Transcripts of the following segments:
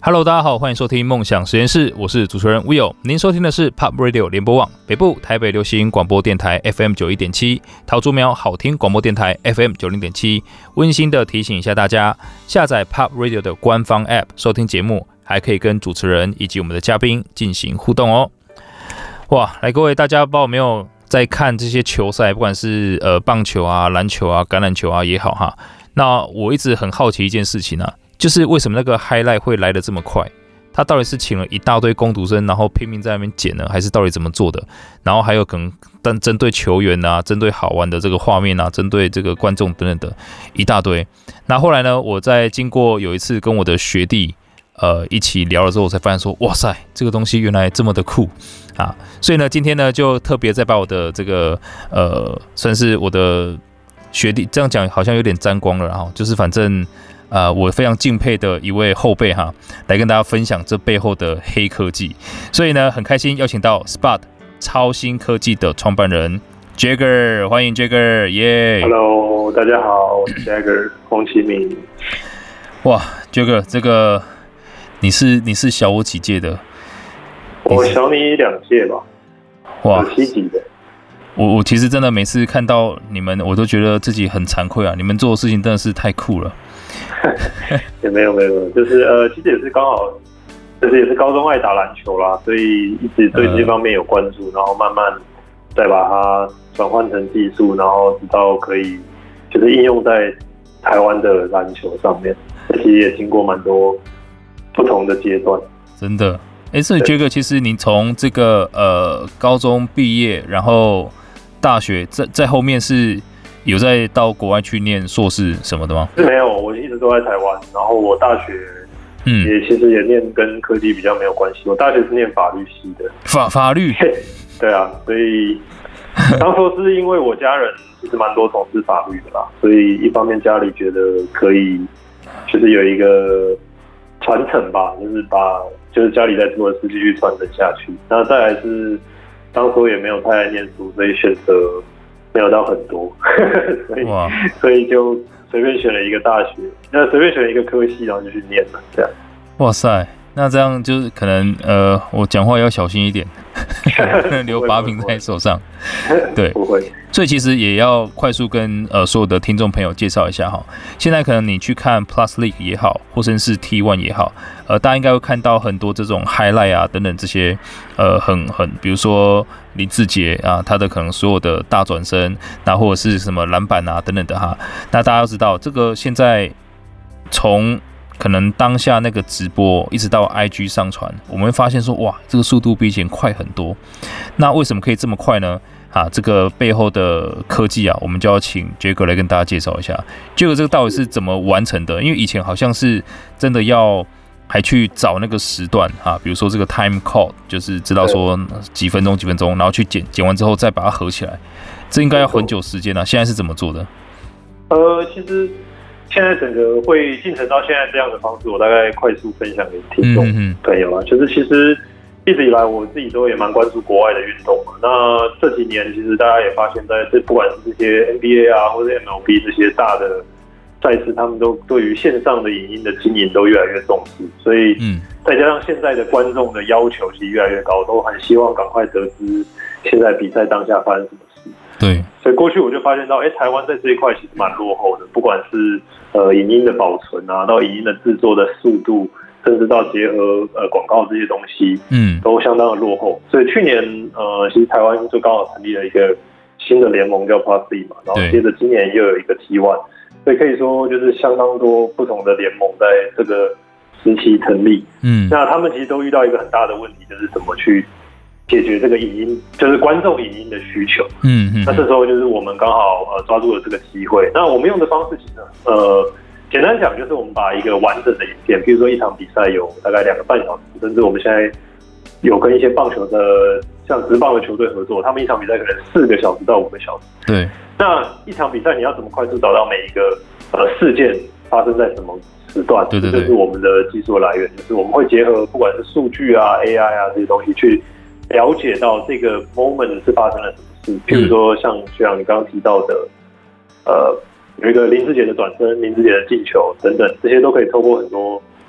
Hello， 大家好，欢迎收听梦想实验室，我是主持人 Will。您收听的是 Pop Radio 联播网北部台北流行广播电台 FM 91.7，桃竹苗好听广播电台 FM 90.7。温馨的提醒一下大家，下载 Pop Radio 的官方 App 收听节目，还可以跟主持人以及我们的嘉宾进行互动哦。哇，来各位大家，不知道有没有在看这些球赛，不管是棒球啊、篮球啊、橄榄球啊也好哈。那我一直很好奇一件事情啊。就是为什么那个 highlight 会来得这么快？他到底是请了一大堆工读生，然后拼命在那边剪呢，还是到底怎么做的？然后还有可能针对球员啊，针对好玩的这个画面啊，针对这个观众等等的一大堆。那后来呢，我在经过有一次跟我的学弟一起聊了之后，我才发现说，哇塞，这个东西原来这么的酷啊！所以呢，今天呢就特别再把我的这个算是我的学弟，这样讲好像有点沾光了哈，就是反正。我非常敬佩的一位后辈哈，来跟大家分享这背后的黑科技。所以呢，很开心邀请到 Spot 超新科技的创办人 Jagger， 欢迎 Jagger， 耶、 Hello， 大家好，我是 Jagger 洪启明。 哇 ，Jagger， 这个你是小我几届的？ 我小你2届吧。哇，7级的。 我其实真的每次看到你们，我都觉得自己很惭愧啊！你们做的事情真的是太酷了。 也没有，就是其实也是刚好，就是也是高中爱打篮球啦，所以一直对这方面有关注，然后慢慢再把它转换成技术，然后直到可以就是应用在台湾的篮球上面。其实也经过蛮多不同的阶段。 真的，所以Jagger，其实你从这个高中毕业，然后大学在后面是。有在到国外去念硕士什么的吗？ 是没有，我一直都在台湾。然后我大学，也其实也念跟科技比较没有关系。我大学是念法律系的。法律？对啊，所以当初是因为我家人其实蛮多从事法律的啦，所以一方面家里觉得可以，就是有一个传承吧，就是把就是家里在做的事继续传承下去。那再来是当初也没有太爱念书，所以选择。没有到很多，所以就随便选了一个大学，那随便选了一个科系，然后就去念了，这样。 哇塞，那这样就是可能我讲话要小心一点，留把柄在手上。对， 不会。 所以其实也要快速跟所有的听众朋友介绍一下哈。现在可能你去看 Plus League 也好，或者是 T1 也好，大家应该会看到很多这种 highlight 啊等等这些比如说林志杰啊，他的可能所有的大转身，那或者是什么篮板啊等等的哈。那大家要知道，这个现在从可能当下那个直播一直到 IG 上传，我们会发现说，哇，这个速度比以前快很多。那为什么可以这么快呢？这个背后的科技啊，我们就要请 Jagger 来跟大家介绍一下。Jagger 这个到底是怎么完成的？因为以前好像是真的要还去找那个时段比如说这个 time code， 就是知道说几分钟，然后去剪完之后再把它合起来，这应该要很久时间啊。现在是怎么做的？ 其实现在整个会进程到现在这样的方式，我大概快速分享给听众朋友啊，就是其实。一直以来，我自己都也蛮关注国外的运动嘛。那这几年，其实大家也发现，不管是这些 NBA 啊，或者 MLB 这些大的赛事，他们都对于线上的影音的经营都越来越重视。所以，再加上现在的观众的要求其实越来越高，都很希望赶快得知现在比赛当下发生什么事。 对。 所以过去我就发现到，台湾在这一块其实蛮落后的，不管是影音的保存啊，到影音的制作的速度。甚至到结合广告这些东西，都相当的落后。所以去年其实台湾就刚好成立了一个新的联盟叫 Plus League 嘛，然后接着今年又有一个 T1， 所以可以说就是相当多不同的联盟在这个时期成立。那他们其实都遇到一个很大的问题，就是怎么去解决这个影音，就是观众影音的需求。那这时候就是我们刚好抓住了这个机会。那我们用的方式其实简单讲，就是我们把一个完整的影片，比如说一场比赛有大概2个半小时，甚至我们现在有跟一些棒球的像职棒的球队合作，他们一场比赛可能4个小时到5个小时。 对。 那一场比赛你要怎么快速找到每一个事件发生在什么时段？对，这就是我们的技术的来源，就是我们会结合不管是数据啊、AI 啊这些东西去了解到这个 moment 是发生了什么事。譬如说像学长你刚刚提到的，有一个林志杰的转身、林志杰的进球等等，这些都可以透过很多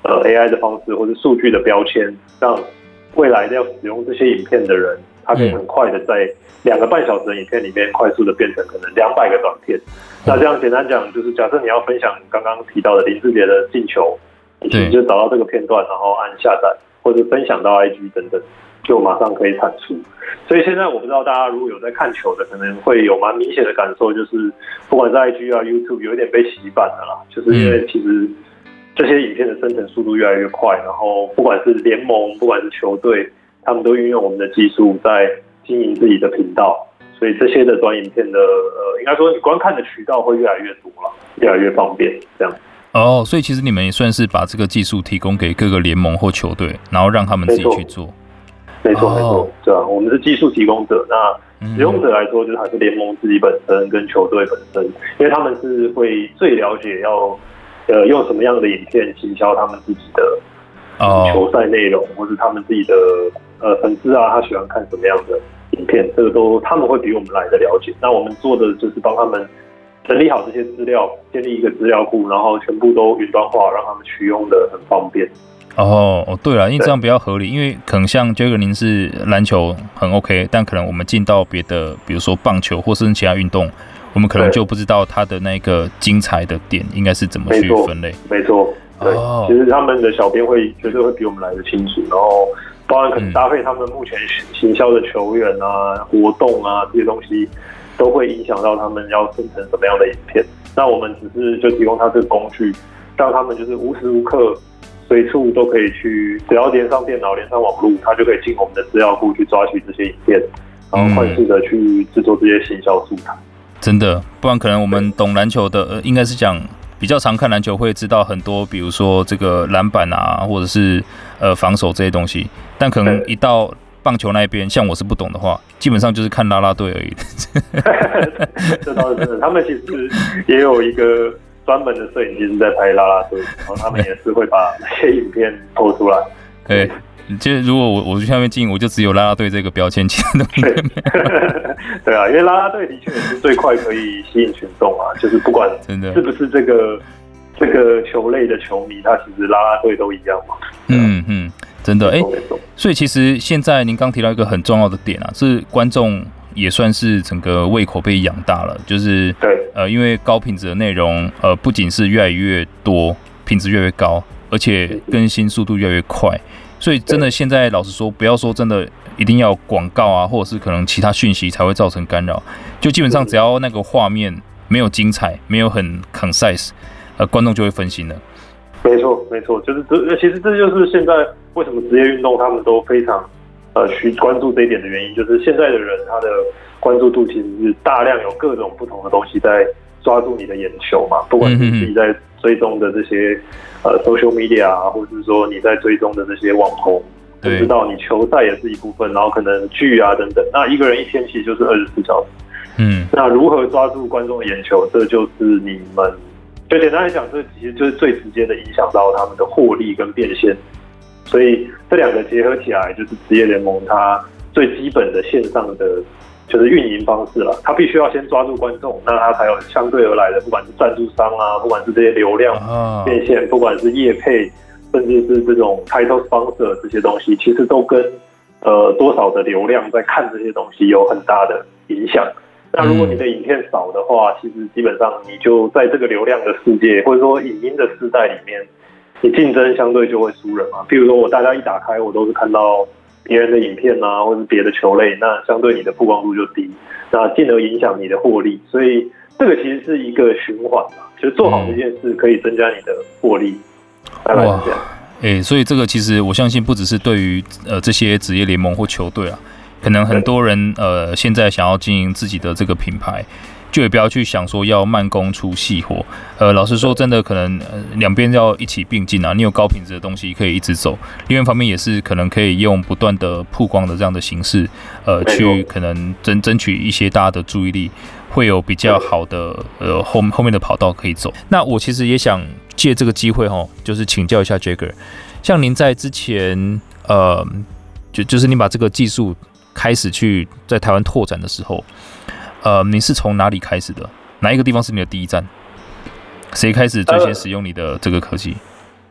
AI 的方式或是数据的标签，让未来要使用这些影片的人，他可以很快的在2个半小时的影片里面快速的变成可能200个短片。那这样简单讲，就是假设你要分享刚刚提到的林志杰的进球，你就找到这个片段，然后按下载或者分享到 IG 等等，就马上可以产出。所以现在我不知道大家如果有在看球的，可能会有蛮明显的感受，就是不管是 IG 啊 YouTube 有一点被洗版的啦，就是因为其实这些影片的生成速度越来越快，然后不管是联盟，不管是球队，他们都运用我们的技术在经营自己的频道，所以这些的短影片的应该说你观看的渠道会越来越多了，越来越方便这样。 哦，所以其实你们也算是把这个技术提供给各个联盟或球队，然后让他们自己去做。 没错，没错，对啊，我们是技术提供者，那使用者来说，就是还是联盟自己本身跟球队本身，因为他们是会最了解要用什么样的影片行销他们自己的球赛内容，或是他们自己的粉丝啊，他喜欢看什么样的影片，这个都他们会比我们来的了解。那我们做的就是帮他们整理好这些资料，建立一个资料库，然后全部都云端化，让他们取用的很方便。 对了，因为这样比较合理，因为可能像 Jagger 您是篮球很 OK， 但可能我们进到别的，比如说棒球或是其他运动，我们可能就不知道它的那个精彩的点应该是怎么去分类。 没错，对，其实他们的小编绝对会比我们来的清楚，然后包含可能搭配他们目前行销的球员啊、活动啊这些东西，都会影响到他们要生成什么样的影片。那我们只是就提供他这个工具，让他们就是无时无刻随处都可以去，只要连上电脑、连上网络，他就可以进我们的资料库去抓取这些影片，然后快速的去制作这些行销素材。 真的，不然可能我们懂篮球的，应该是讲比较常看篮球会知道很多，比如说这个篮板啊，或者是防守这些东西，但可能一到棒球那边，像我是不懂的话，基本上就是看啦啦队而已。 这倒是真的，他们其实也有一个专门的摄影机是在拍啦啦队，然后他们也是会把那些影片播出来。 对，就是如果我去下面进，我就只有啦啦队这个标签，其他东西没有。 对啊，因为啦啦队的确也是最快可以吸引群众啊，就是不管是不是这个球类的球迷，他其实啦啦队都一样嘛。 真的所以其实现在您刚提到一个很重要的点啊，是观众也算是整个胃口被养大了，就是因为高品质的内容，不仅是越来越多，品质越来越高，而且更新速度越来越快，所以真的现在老实说，不要说真的一定要广告啊，或者是可能其他讯息才会造成干扰，就基本上只要那个画面没有精彩，没有很 concise，观众就会分心了。 没错，没错，就是其实这就是现在为什么职业运动他们都非常去关注这一点的原因，就是现在的人他的关注度其实是大量有各种不同的东西在抓住你的眼球嘛，不管是自己在追踪的这些social media 啊，或者是说你在追踪的这些网红，甚至到你球赛也是一部分，然后可能剧啊等等，那一个人一天其实就是24小时。那如何抓住观众的眼球，这就是你们就简单来讲，这其实就是最直接的影响到他们的获利跟变现。所以这两个结合起来，就是职业联盟它最基本的线上的就是运营方式了。它必须要先抓住观众，那它才有相对而来的，不管是赞助商啊，不管是这些流量变现，不管是业配，甚至是这种 title sponsor 这些东西，其实都跟多少的流量在看这些东西有很大的影响。那如果你的影片少的话，其实基本上你就在这个流量的世界，或者说影音的时代里面，你竞争相对就会输人嘛。譬如说大家一打开，我都是看到别人的影片啊，或是别的球类，那相对你的曝光度就低，那进而影响你的获利。所以这个其实是一个循环嘛，就是做好这件事可以增加你的获利，大概是这样。 所以这个其实我相信不只是对于这些职业联盟或球队啊。可能很多人现在想要经营自己的这个品牌，就也不要去想说要慢工出细活。老实说，真的可能两边要一起并进啊。你有高品质的东西可以一直走，另外一方面也是可能可以用不断的曝光的这样的形式，去可能争取一些大家的注意力，会有比较好的后面的跑道可以走。那我其实也想借这个机会就是请教一下 Jagger， 像您在之前就是你把这个技术开始去在台湾拓展的时候，你是从哪里开始的？哪一个地方是你的第一站？谁开始最先使用你的这个科技？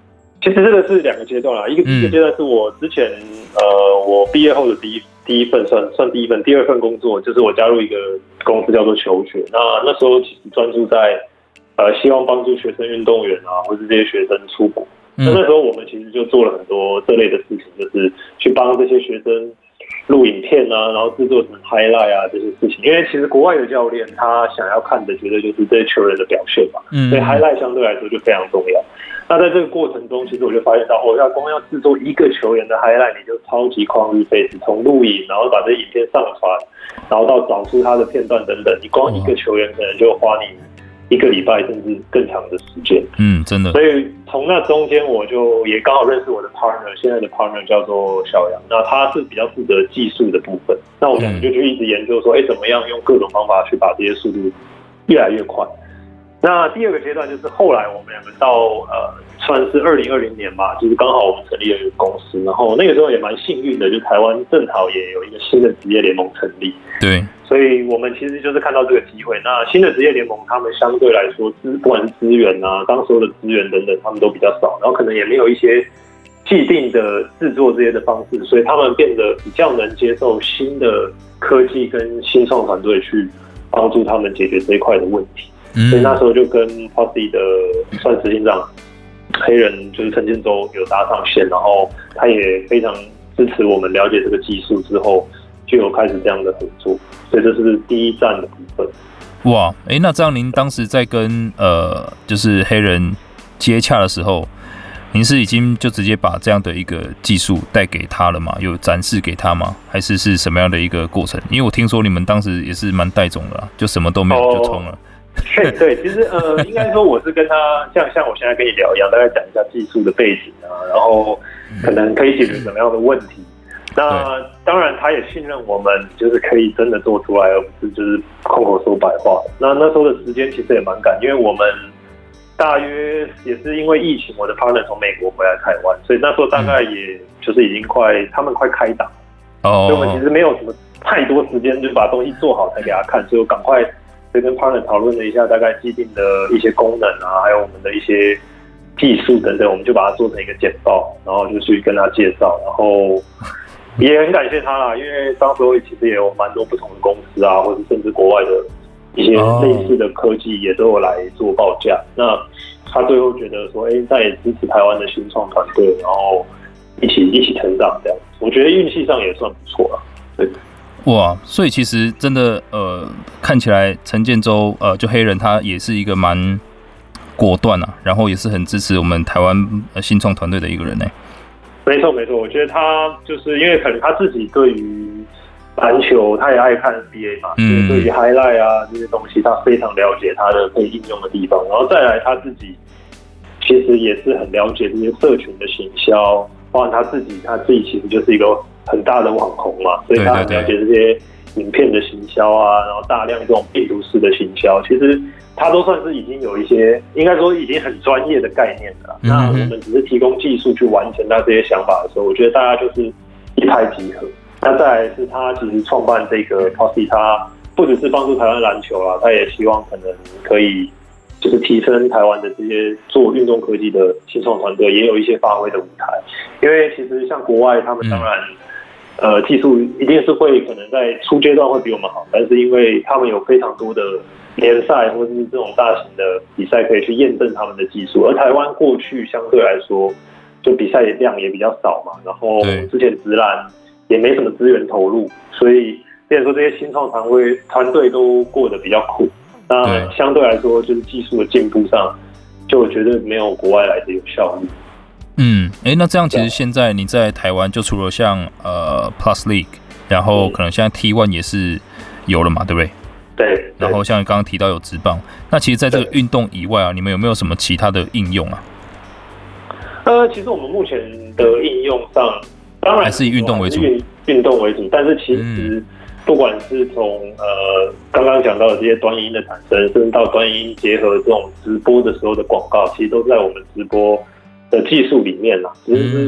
其实这个是2个阶段啦，一个阶段是我之前我毕业后的第一份算第一份，第2份工作就是我加入一个公司叫做求学。那时候其实专注在希望帮助学生运动员啊，或是这些学生出国。那时候我们其实就做了很多这类的事情，就是去帮这些学生录影片啊，然后制作成 highlight 啊这些事情。因为其实国外的教练他想要看的绝对就是这些球员的表现嘛，所以 highlight 相对来说就非常重要。那在这个过程中，其实我就发现到，光要制作一个球员的 highlight， 你就超级旷日费时，从录影，然后把这影片上传，然后到找出他的片段等等，你光一个球员可能就花你1个礼拜甚至更长的时间。 真的。 所以从那中间，我就也刚好认识我的 partner， 现在的 partner 叫做小杨，那他是比较负责技术的部分。那我们就一直研究说，怎么样用各种方法去把这些速度越来越快。那第2个阶段就是后来我们2个到算是2020年吧，就是刚好我们成立了一个公司，然后那个时候也蛮幸运的，就台湾正好也有一个新的职业联盟成立， 对， 所以我们其实就是看到这个机会。那新的职业联盟他们相对来说不管是资源啊，刚说的资源等等，他们都比较少，然后可能也没有一些既定的制作这些的方式，所以他们变得比较能接受新的科技跟新创团队去帮助他们解决这一块的问题。所以那时候就跟 Posse 的算执行长黑人就是陈建州有搭上线，然后他也非常支持我们了解这个技术之后，就有开始这样的合作。所以这是第一站的部分。 哇，那这样您当时在跟就是黑人接洽的时候，您是已经就直接把这样的一个技术带给他了吗？有展示给他吗？还是什么样的一个过程？因为我听说你们当时也是蛮带种的啦，就什么都没有就冲了。 对，其实应该说我是跟他像我现在跟你聊一样，大概讲一下技术的背景啊，然后可能可以解决什么样的问题。那当然他也信任我们，就是可以真的做出来，而不是就是空口说白话。那时候的时间其实也蛮赶，因为我们大约也是因为疫情，我的 partner 从美国回来台湾，所以那时候大概也就是已经他们快开档，所以我们其实没有什么太多时间就把东西做好才给他看，所以我赶快就跟 partner 讨论了一下大概既定的一些功能啊，还有我们的一些技术等等，我们就把它做成一个简报，然后就去跟他介绍，然后也很感谢他啦，因为当时候其实也有蛮多不同的公司啊，或者甚至国外的一些类似的科技也都有来做报价。那他最后觉得说，他也支持台湾的新创团队，然后一起成长这样。我觉得运气上也算不错啦。对。 哇，所以其实真的看起来陈建州就黑人他也是一个蛮果断啊，然后也是很支持我们台湾新创团队的一个人呢。 没错，我觉得他就是因为可能他自己对于篮球他也爱看 NBA 嘛，所以对于 highlight 啊这些东西他非常了解他的可以应用的地方，然后再来他自己其实也是很了解这些社群的行销，包含他自己其实就是一个很大的网红嘛，所以他很了解这些影片的行销啊，然后大量这种病毒式的行销，其实他都算是已经有一些，应该说已经很专业的概念了。那我们只是提供技术去完成他这些想法的时候，我觉得大家就是一拍即合。那再来是他其实创办这个 Posse， 他不只是帮助台湾篮球啦，他也希望可能可以就是提升台湾的这些做运动科技的新创团队，也有一些发挥的舞台。因为其实像国外，他们当然技术一定是会可能在初阶段会比我们好，但是因为他们有非常多的联赛或者是这种大型的比赛可以去验证他们的技术，而台湾过去相对来说就比赛量也比较少嘛，然后之前职篮也没什么资源投入，所以变成说这些新创团队都过得比较苦。那相对来说就是技术的进步上，就绝对没有国外来的有效率。 那这样其实现在你在台湾就除了像Plus League， 然后可能现在 T1 也是有了嘛，对不对？ 对。 然后像刚刚提到有职棒，那其实在这个运动以外啊，你们有没有什么其他的应用啊？ 其实我们目前的应用上，当然还是以运动为主， 运动为主，但是其实不管是从刚刚讲到的这些短影音的产生，甚至到短影音结合这种直播的时候的广告，其实都在我们直播的技术里面啦。只是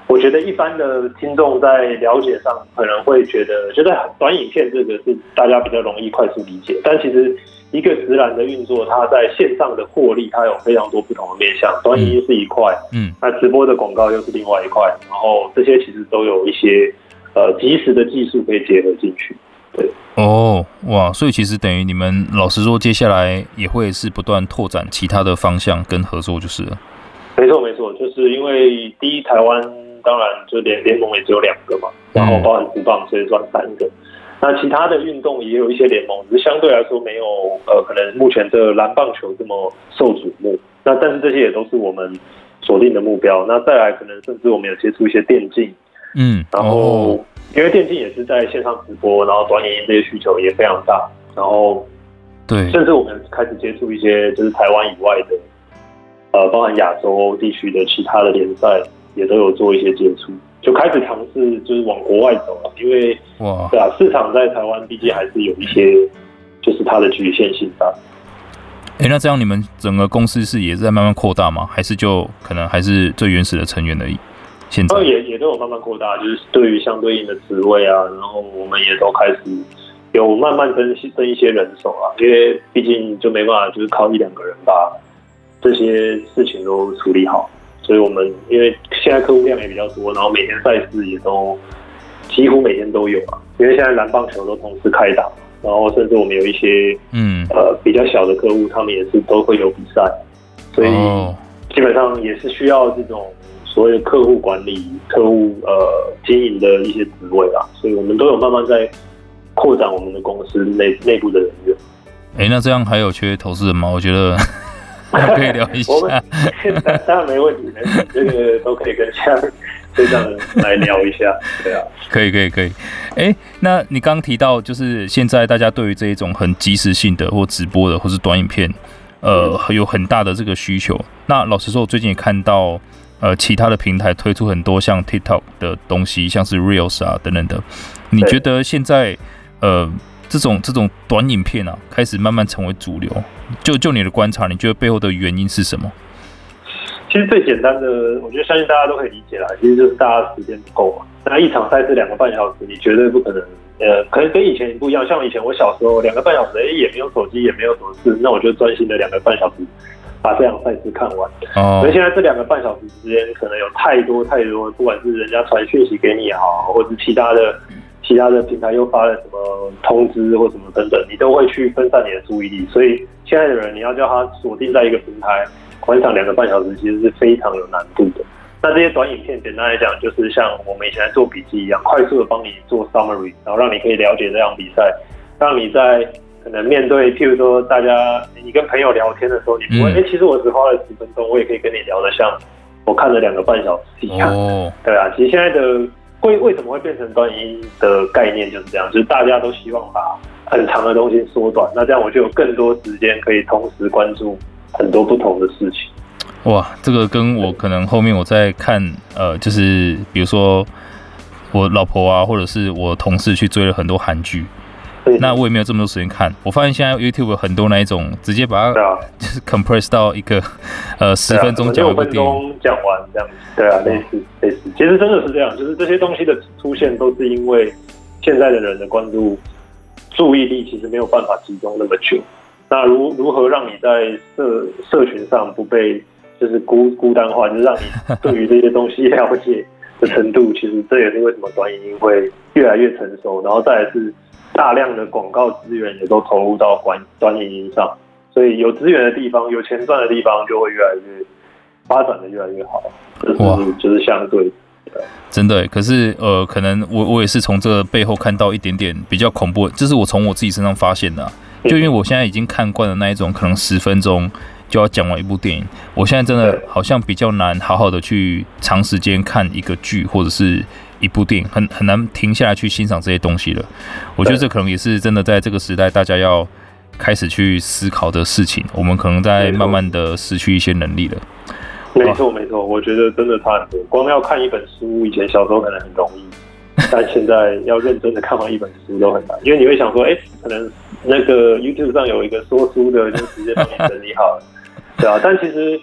我觉得一般的听众在了解上可能会觉得短影片这个是大家比较容易快速理解，但其实一个直男的运作，它在线上的获利，它有非常多不同的面向。短影音是一块，那直播的广告又是另外一块，然后这些其实都有一些即时的技术可以结合进去。对， 哇，所以其实等于你们老实说，接下来也会是不断拓展其他的方向跟合作，就是了。 没错，就是因为第一，台湾当然就联盟也只有2个嘛，然后包含职棒，所以算3个。那其他的运动也有一些联盟，只是相对来说没有可能目前的篮棒球这么受瞩目。那但是这些也都是我们锁定的目标。那再来可能甚至我们有接触一些电竞，然后因为电竞也是在线上直播，然后短影音这些需求也非常大。然后对， 甚至我们开始接触一些就是台湾以外的包含亚洲地区的其他的联赛，也都有做一些接触。就开始尝试就是往国外走了，因为对啊，市场在台湾毕竟还是有一些就是它的局限性在。 那这样你们整个公司是也是在慢慢扩大吗？还是就可能还是最原始的成员而已？现在也都有慢慢扩大，就是对于相对应的职位啊，然后我们也都开始有慢慢增一些人手啊，因为毕竟就没办法就是靠1-2个人把这些事情都处理好。所以我们因为现在客户量也比较多，然后每天赛事也都几乎每天都有啊。因为现在篮棒球都同时开打，然后甚至我们有一些比较小的客户，他们也是都会有比赛，所以基本上也是需要这种所谓的客户管理、客户经营的一些职位啦。所以我们都有慢慢在扩展我们的公司内部的人员。 那这样还有缺投资人吗？我觉得。可以聊一下， 我们当然没问题，这个都可以跟下面队长来聊一下，对啊， 可以。那你刚刚提到，就是现在大家对于这一种很即时性的或直播的或是短影片，有很大的这个需求。那老实说，我最近也看到，其他的平台推出很多像 TikTok 的东西，像是 Reels 啊等等的。你觉得现在这种短影片啊，开始慢慢成为主流。就你的观察，你觉得背后的原因是什么？ 其实最简单的，我觉得相信大家都可以理解啦，其实就是大家时间不够嘛。那一场赛事2个半小时，你绝对不可能，可能跟以前不一样。像以前我小时候2个半小时，也没有手机，也没有什么事，那我就专心的2个半小时把这场赛事看完。所以现在这2个半小时之间，可能有太多，不管是人家传讯息给你也好，或者是其他的平台又发了什么通知或什么等等，你都会去分散你的注意力。所以现在的人，你要叫他锁定在一个平台观赏2个半小时，其实是非常有难度的。那这些短影片，简单来讲，就是像我们以前在做笔记一样，快速的帮你做 summary， 然后让你可以了解这场比赛，让你在可能面对，譬如说大家你跟朋友聊天的时候，你不会，其实我只花了10分钟，我也可以跟你聊得像我看了2个半小时一样。对啊，其实现在的为什么会变成短影音的概念就是这样，就是大家都希望把很长的东西缩短，那这样我就有更多时间可以同时关注很多不同的事情。 哇，这个跟我可能后面我在看，就是比如说我老婆啊，或者是我同事去追了很多韩剧，那我也没有这么多时间看。我发现现在 YouTube 很多那一种直接把它就是 compress 到一个10分钟讲一部电影，6分钟讲完这样子。对啊，类似。其实真的是这样，就是这些东西的出现都是因为现在的人的注意力其实没有办法集中那么久。那如何让你在社群上不被就是孤单化，就是让你对于这些东西了解的程度，其实这也是为什么短影音会越来越成熟，然后再来是大量的广告资源也都投入到短影音上，所以有资源的地方、有钱赚的地方就会发展的越来越好，就是相对的。 真的，可是可能我也是从这个背后看到一点点比较恐怖的，这是我从我自己身上发现的就因为我现在已经看惯了那一种可能10分钟就要讲完一部电影，我现在真的好像比较难好好的去长时间看一个剧或者是一部电影，很难停下来去欣赏这些东西了。我觉得这可能也是真的在这个时代大家要开始去思考的事情，我们可能在慢慢的失去一些能力了。 没错，我觉得真的差很多。光要看一本书，以前小时候可能很容易，但现在要认真的看完一本书都很难，因为你会想说，可能那个 YouTube 上有一个说书的，就直接帮你整理好了，对啊。但其实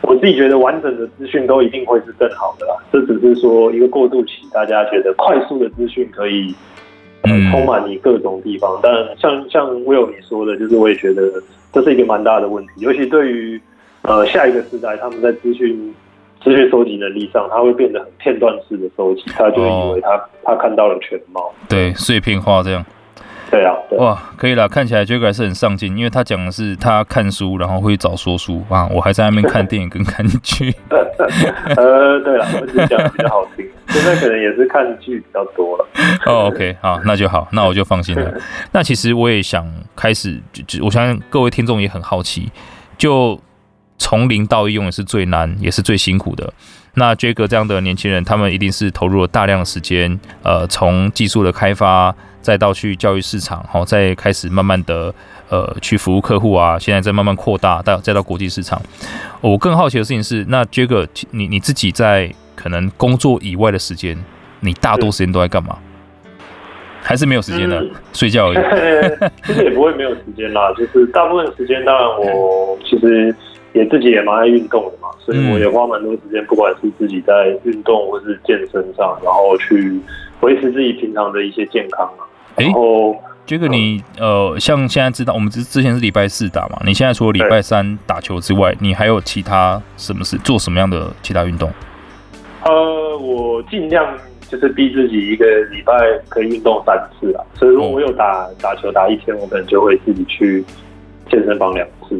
我自己觉得完整的资讯都一定会是更好的啦，这只是说一个过渡期，大家觉得快速的资讯可以充满你各种地方，但像 Will 你说的，就是我也觉得这是一个蛮大的问题，尤其对于下一个时代，他们在资讯收集能力上，他会变得很片段式的收集，他就会以为他看到了全貌， 对，碎片化这样。 对啊， 哇，可以啦，看起来 Jagger 还是很上进，因为他讲的是他看书，然后会找说书啊，我还在那边看电影跟看剧。 对啦，我只是讲比较好听，现在可能也是看剧比较多了。 OK， 好，那就好，那我就放心了。那其实我也想开始，我相信各位听众也很好奇，就从零到一永远是最难，也是最辛苦的。那 Jagger 这样的年轻人，他们一定是投入了大量的时间，从技术的开发，再到去教育市场，再开始慢慢的去服务客户啊，现在再慢慢扩大，再到国际市场。我更好奇的事情是，那 Jagger 你自己在可能工作以外的时间，你大多时间都在干嘛？还是没有时间的，睡觉而已。 其实也不会没有时间啦，就是大部分时间，当然我其实自己也蛮爱运动的嘛，所以我也花蛮多时间，不管是自己在运动或是健身上，然后去维持自己平常的一些健康啊。然后 Jagger 你像现在知道我们之前是礼拜4打嘛，你现在除了礼拜3打球之外，你还有其他什么事做什么样的其他运动？ 我尽量就是逼自己一个礼拜可以运动3次啊，所以如果我有打球打1天，我可能就会自己去健身房2次。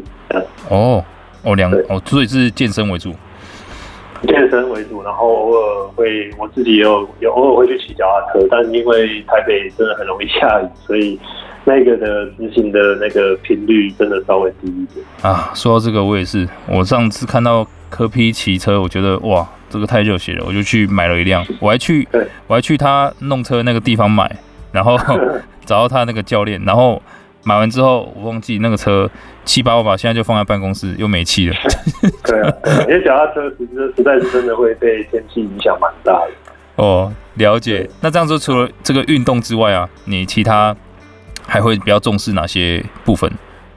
所以是健身为主。 健身为主，然后偶尔我自己有偶尔会去骑脚踏车，但是因为台北真的很容易下雨，所以那个的执行的那个频率真的稍微低一点啊。说到这个，我也是，我上次看到柯 P 骑车，我觉得哇，这个太热血了，我就去买了一辆，我还去他弄车那个地方买，然后找到他那个教练，然后买完之后，我忘记那个车7、8万吧，现在就放在办公室，又没气了。 对啊，因为脚踏车实在是真的会被天气影响蛮大的。 了解。那这样子，除了这个运动之外啊，你其他还会比较重视哪些部分？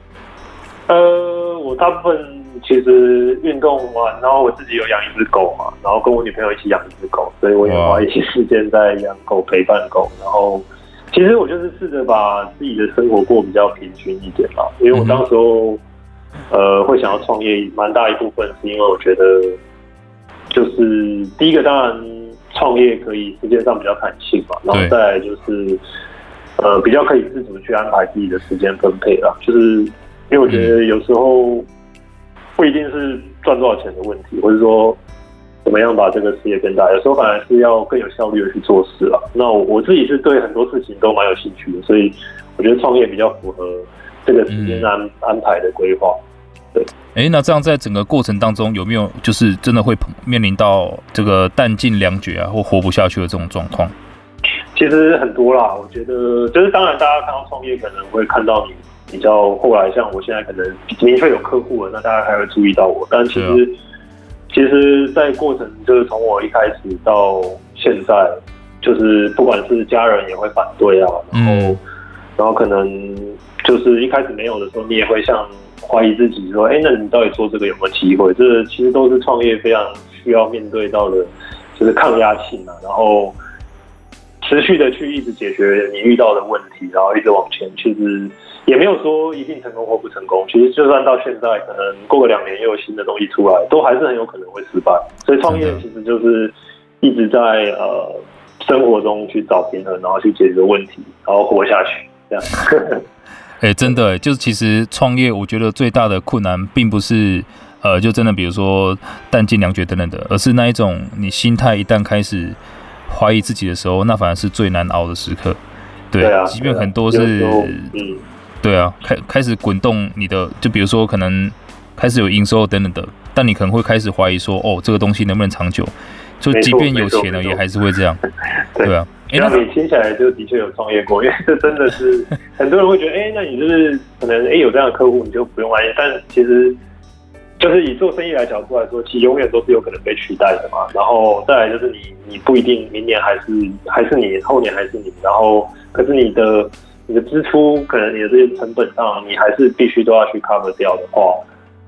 我大部分其实运动完，然后我自己有养一只狗嘛，然后跟我女朋友一起养一只狗，所以我也花一些时间在养狗、陪伴狗，然后。其实我就是试着把自己的生活过比较平均一点嘛，因为我当时候会想要创业，蛮大一部分是因为我觉得，就是第一个当然创业可以时间上比较弹性嘛，然后再来就是比较可以自主去安排自己的时间分配啦，就是因为我觉得有时候不一定是赚多少钱的问题，或者说怎么样把这个事业变大，有时候反而是要更有效率的去做事啦。那我自己是对很多事情都蛮有兴趣的，所以我觉得创业比较符合这个时间安排的规划。对， 那这样在整个过程当中有没有就是真的会面临到这个弹尽粮绝啊，或活不下去的这种状况？ 其实很多啦，我觉得就是当然大家看到创业可能会看到你比较后来，像我现在可能明确有客户了，那大家还会注意到我，但其实在过程就是从我一开始到现在，就是不管是家人也会反对啊，然后可能就是一开始没有的时候，你也会像怀疑自己说，那你到底做这个有没有机会？这其实都是创业非常需要面对到的，就是抗压性啊，然后持续的去一直解决你遇到的问题，然后一直往前，其实也没有说一定成功或不成功，其实就算到现在，可能过个2年又有新的东西出来，都还是很有可能会失败。所以创业其实就是一直在生活中去找平衡，然后去解决问题，然后活下去，这样。 真的就是其实创业，我觉得最大的困难并不是就真的比如说弹尽粮绝等等的，而是那一种你心态一旦开始怀疑自己的时候，那反而是最难熬的时刻。对啊，即便很多是对啊，开始滚动你的，就比如说可能开始有营收等等的，但你可能会开始怀疑说，这个东西能不能长久？就即便有钱了，也还是会这样。对啊， 那你听起来就的确有创业过，因为这真的是很多人会觉得，那你就是可能有这样的客户，你就不用担心。但其实就是以做生意来角度来说，其实永远都是有可能被取代的嘛。然后再来就是你不一定明年还是你，后年还是你，然后可是你的支出，可能你的这些成本上，你还是必须都要去 cover 掉的话，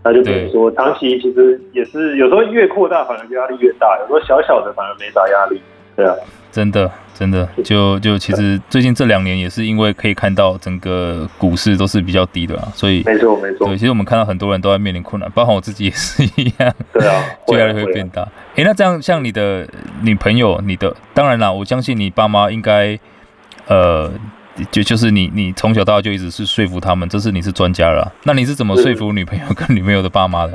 那就比如说长期其实也是有时候越扩大反而压力越大，有时候小小的反而没啥压力，对啊。真的， 就其实最近这2年也是因为可以看到整个股市都是比较低的啦，所以没错。 对，其实我们看到很多人都在面临困难，包括我自己也是一样。 对啊， 就压力会变大。那这样像你的女朋友，当然啦，我相信你爸妈应该就是你从小到大就一直是说服他们，你是专家了啦。那你是怎么说服女朋友跟女朋友的爸妈的？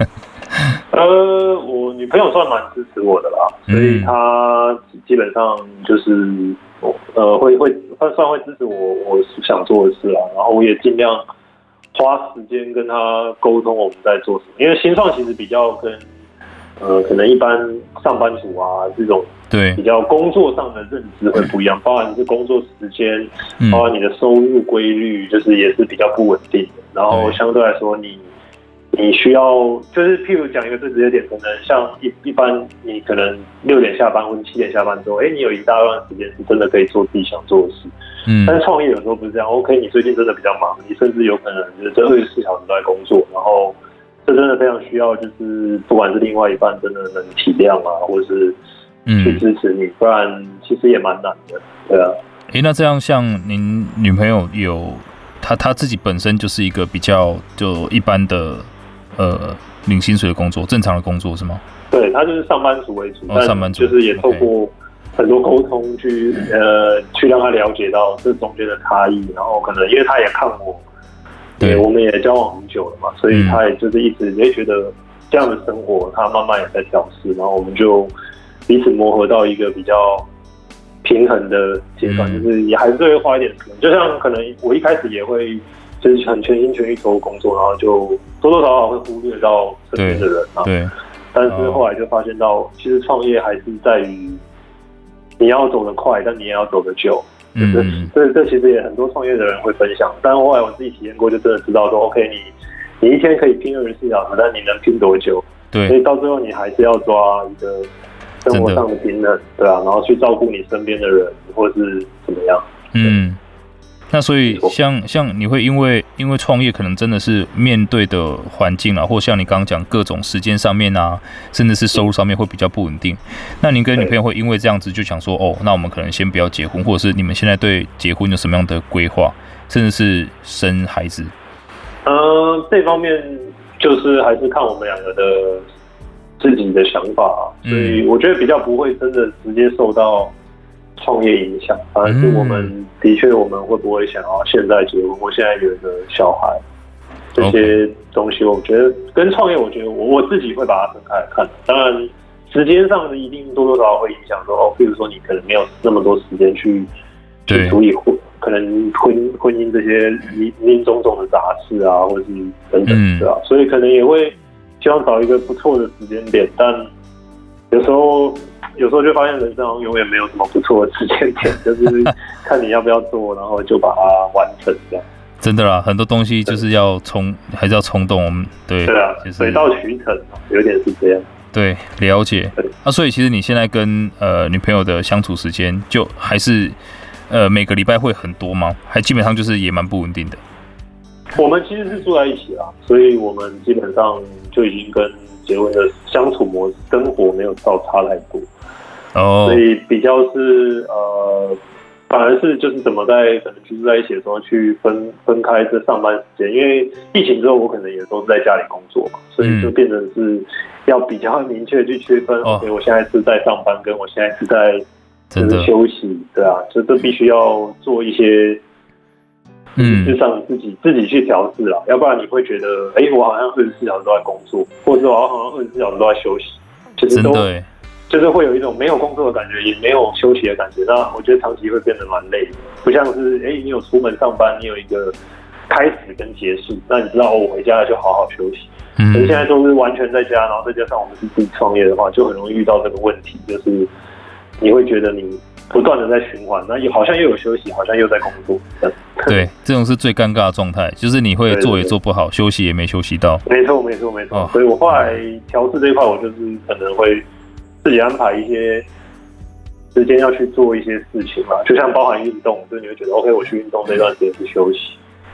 我女朋友算蛮支持我的啦，所以她基本上就是算会支持我想做的事啦，然后我也尽量花时间跟她沟通我们在做什么，因为新创其实比较跟可能一般上班族啊这种对比较工作上的认知会不一样，包含你是工作时间，包含你的收入规律，就是也是比较不稳定的，然后相对来说你需要，就是譬如讲一个最直接点，可能像一般你可能6点下班或者7点下班之后，你有一大段时间是真的可以做自己想做的事。但是创业有时候不是这样 ，OK， 你最近真的比较忙，你甚至有可能就是这24小时都在工作，然后这真的非常需要，就是不管是另外一半真的能体谅啊，或者是去支持你，不然其实也蛮难的，对啊。 那这样像您女朋友有她自己本身就是一个比较就一般的。领薪水的工作，正常的工作是吗？ 对，他就是上班族为主，但就是也透过很多沟通去让他了解到这中间的差异，然后可能因为他也看我，对，我们也交往很久了嘛，所以他也就是一直也觉得这样的生活他慢慢也在调试，然后我们就彼此磨合到一个比较平衡的阶段，就是也还是会花一点时间，就像可能我一开始也会。就是很全心全意投入工作，然后就多多少少会忽略到身边的人啊。对。但是后来就发现到，其实创业还是在于你要走得快，但你也要走得久。这其实也很多创业的人会分享。但后来我自己体验过，就真的知道说 ，OK， 你一天可以拼24小时，但你能拼多久？对。所以到最后你还是要抓一个生活上的平衡，对啊，然后去照顾你身边的人，或是怎么样。 那所以像你会因为创业可能真的是面对的环境啊，或像你刚刚讲各种时间上面啊，甚至是收入上面会比较不稳定。那您跟女朋友会因为这样子就想说，那我们可能先不要结婚，或者是你们现在对结婚有什么样的规划，甚至是生孩子？ 这方面就是还是看我们2个的自己的想法，所以我觉得比较不会真的直接受到创业影响，反而是我们的确我们会不会想要现在结婚，我现在有一个小孩，这些东西我觉得跟创业，我觉得我自己会把它分开来看。当然时间上的一定多多少少会影响说，比如说你可能没有那么多时间去处理可能婚姻这些林种种的杂事啊，或者是等等的啊，所以可能也会希望找一个不错的时间点，但有时候就发现人生永远没有什么不错的时间点，就是看你要不要做，然后就把它完成这样。 真的啦，很多东西就是要还是要冲动。我们对啊，水到渠成，有点是这样。 对，了解。所以其实你现在跟女朋友的相处时间，就还是每个礼拜会很多吗？还基本上就是也蛮不稳定的。 我们其实是住在一起啦，所以我们基本上就已经跟结婚的相处模式、生活没有到差太多。所以比较是反而是就是怎么在可能居住在一起的时候去分开这上班时间，因为疫情之后我可能也都是在家里工作嘛，所以就变成是要比较明确去区分，OK，我现在是在上班，跟我现在是在就是休息，对啊，就这必须要做一些就上自己去调试啦，要不然你会觉得，我好像24小时都在工作，或者我好像24小时都在休息，就是都。就是会有一种没有工作的感觉，也没有休息的感觉。那我觉得长期会变得蛮累的，不像是你有出门上班，你有一个开始跟结束，那你知道我回家了就好好休息。可是现在都是完全在家，然后再加上我们是自己创业的话，就很容易遇到这个问题，就是你会觉得你不断的在循环，那好像又有休息，好像又在工作。 对，这种是最尴尬的状态，就是你会做也做不好，休息也没休息到。 没错。所以我后来调试这一块，我就是可能会自己安排一些时间要去做一些事情嘛，就像包含运动，所以你会觉得 OK， 我去运动这段时间是休息，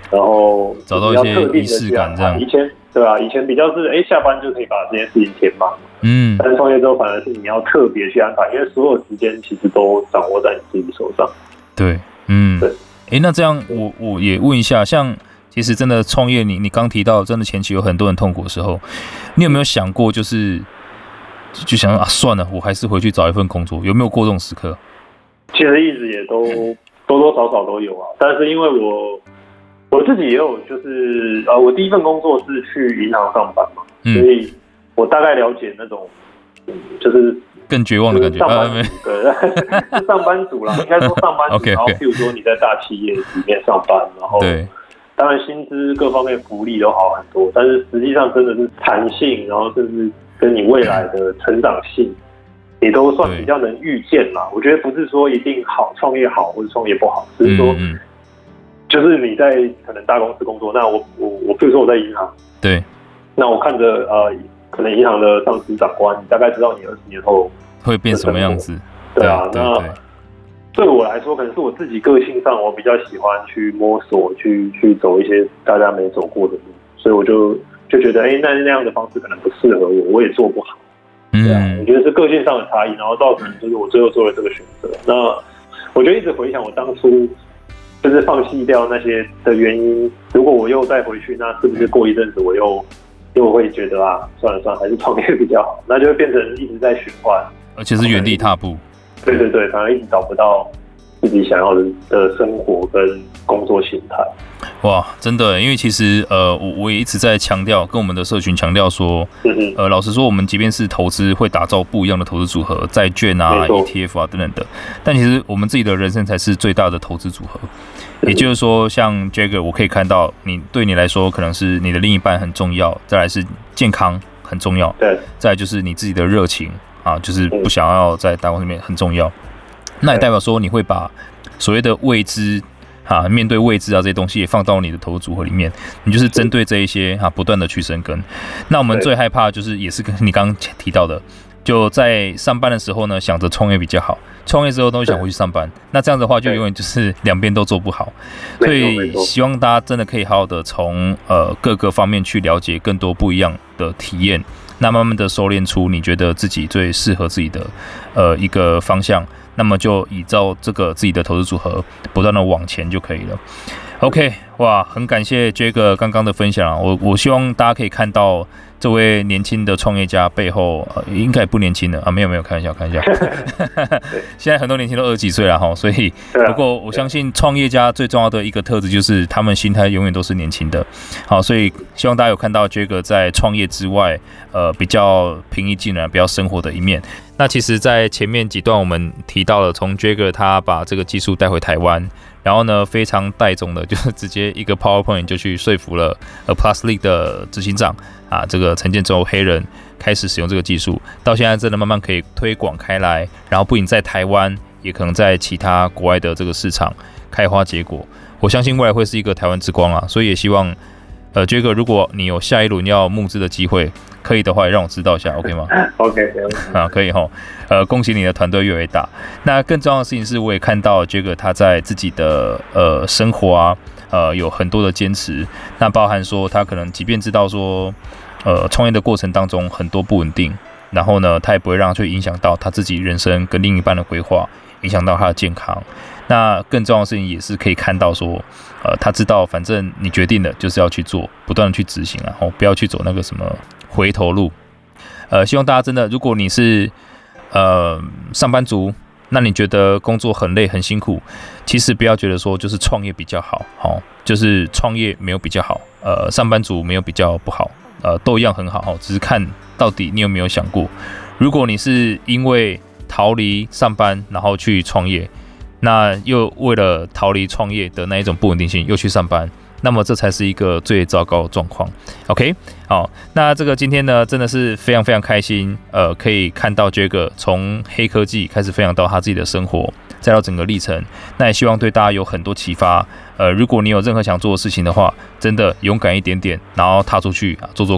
然后找到一些仪式感这样。 以前对吧？以前比较是下班就可以把这件事情填满，但是创业之后反而是你要特别去安排，因为所有时间其实都掌握在你自己手上。 对，对。那这样我也问一下，像其实真的创业，你刚提到真的前期有很多人痛苦的时候，你有没有想过就想啊算了，我还是回去找一份工作？有没有过这种时刻？ 其实一直也都多多少少都有啊，但是因为我自己也有，就是我第一份工作是去银行上班嘛，所以我大概了解那种就是更绝望的感觉。 上班族对，上班族啦，应该说上班族。然后譬如说你在大企业里面上班，然后当然薪资各方面福利都好很多，但是实际上真的是弹性，然后甚至跟你未来的成长性，也都算比较能预见啦。我觉得不是说一定好创业好或者创业不好，只是说。就是你在可能大公司工作，那我比如说我在银行， 对， 那我看着可能银行的上司长官，你大概知道你20年后会变什么样子， 对啊，那对我来说，可能是我自己个性上，我比较喜欢去摸索，去走一些大家没走过的路，所以我就觉得，那样的方式可能不适合我也做不好，对啊，我觉得是个性上的差异，然后造成就是我最后做了这个选择。那我就一直回想我当初。就是放弃掉那些的原因，如果我又再回去，那是不是过一阵子我又会觉得算了，还是创业比较好？那就会变成一直在循环， 而且是原地踏步。 对，反而一直找不到自己想要的生活跟工作形态。 哇，真的，因为其实我也一直在强调，跟我们的社群强调说，老实说，我们即便是投资，会打造不一样的投资组合，债券啊、ETF 啊等等的，但其实我们自己的人生才是最大的投资组合。也就是说，像 Jagger， 我可以看到对你来说，可能是你的另一半很重要，再来是健康很重要， 对， 再来就是你自己的热情啊，就是不想要在大公司里面很重要。那也代表说，你会把所谓的未知。面对未知这些东西也放到你的投资组合里面，你就是针对这一些不断的去深耕。那我们最害怕就是也是跟你刚刚提到的，就在上班的时候呢，想着创业比较好，创业之后都想回去上班，那这样的话就永远就是两边都做不好。所以希望大家真的可以好好的从各个方面去了解更多不一样的体验，那慢慢的收敛出你觉得自己最适合自己的一个方向。那么就依照这个自己的投资组合不断的往前就可以了。OK， 哇，很感谢 Jagger 刚刚的分享我希望大家可以看到这位年轻的创业家背后，应该也不年轻了没有，开玩笑。现在很多年轻都20几岁了所以不过我相信创业家最重要的一个特质就是他们心态永远都是年轻的。好，所以希望大家有看到 Jagger 在创业之外，比较平易近人、比较生活的一面。那其实，在前面几段我们提到了，从 Jagger 他把这个技术带回台湾，然后呢，非常带种的，就是直接一个 PowerPoint 就去说服了Plusleague 的执行长这个陈建州黑人开始使用这个技术，到现在真的慢慢可以推广开来，然后不仅在台湾，也可能在其他国外的这个市场开花结果。我相信未来会是一个台湾之光所以也希望Jagger 如果你有下一轮要募资的机会，可以的话也让我知道一下 ，OK 吗 ？OK， 可以恭喜你的团队越来越大。那更重要的事情是，我也看到 Jagger 他在自己的生活有很多的坚持。那包含说他可能即便知道说创业的过程当中很多不稳定，然后呢他也不会让它去影响到他自己人生跟另一半的规划，影响到他的健康。那更重要的事情也是可以看到说，他知道反正你决定了就是要去做，不断的去执行不要去走那个什么回头路。希望大家真的，如果你是上班族，那你觉得工作很累很辛苦，其实不要觉得说就是创业比较好，就是创业没有比较好，上班族没有比较不好，都一样很好，只是看到底你有没有想过，如果你是因为逃离上班然后去创业，那又为了逃离创业的那一种不稳定性又去上班，那么这才是一个最糟糕的状况。OK， 好，那这个今天呢，真的是非常非常开心，可以看到 Jagger 从黑科技开始分享到他自己的生活，再到整个历程。那也希望对大家有很多启发。如果你有任何想做的事情的话，真的勇敢一点点，然后踏出去做做看，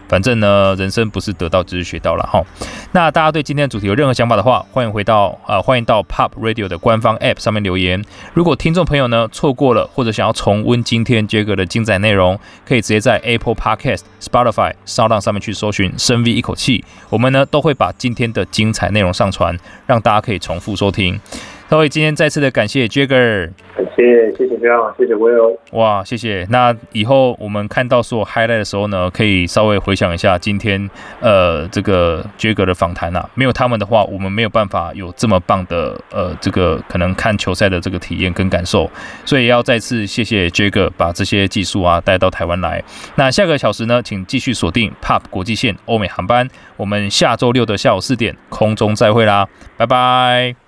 反正呢，人生不是得到只是学到了哈。那大家对今天的主题有任何想法的话，欢迎到 Pop Radio 的官方 App 上面留言。如果听众朋友呢错过了，或者想要重温今天 Jagger 的精彩内容，可以直接在 Apple Podcast、Spotify、SoundOn 上面去搜寻深 V 一口气，我们呢都会把今天的精彩内容上传，让大家可以重复收听。各位，今天再次的感谢 Jagger， 谢谢非常谢谢 Will， 哇，谢谢。那以后我们看到所有 highlight 的时候呢，可以稍微回想一下今天这个 Jagger 的访谈啊，没有他们的话，我们没有办法有这么棒的这个可能看球赛的这个体验跟感受，所以要再次谢谢 Jagger 把这些技术啊带到台湾来。那下个小时呢，请继续锁定 POP 国际线欧美航班，我们下周六的下午4点空中再会啦，拜拜。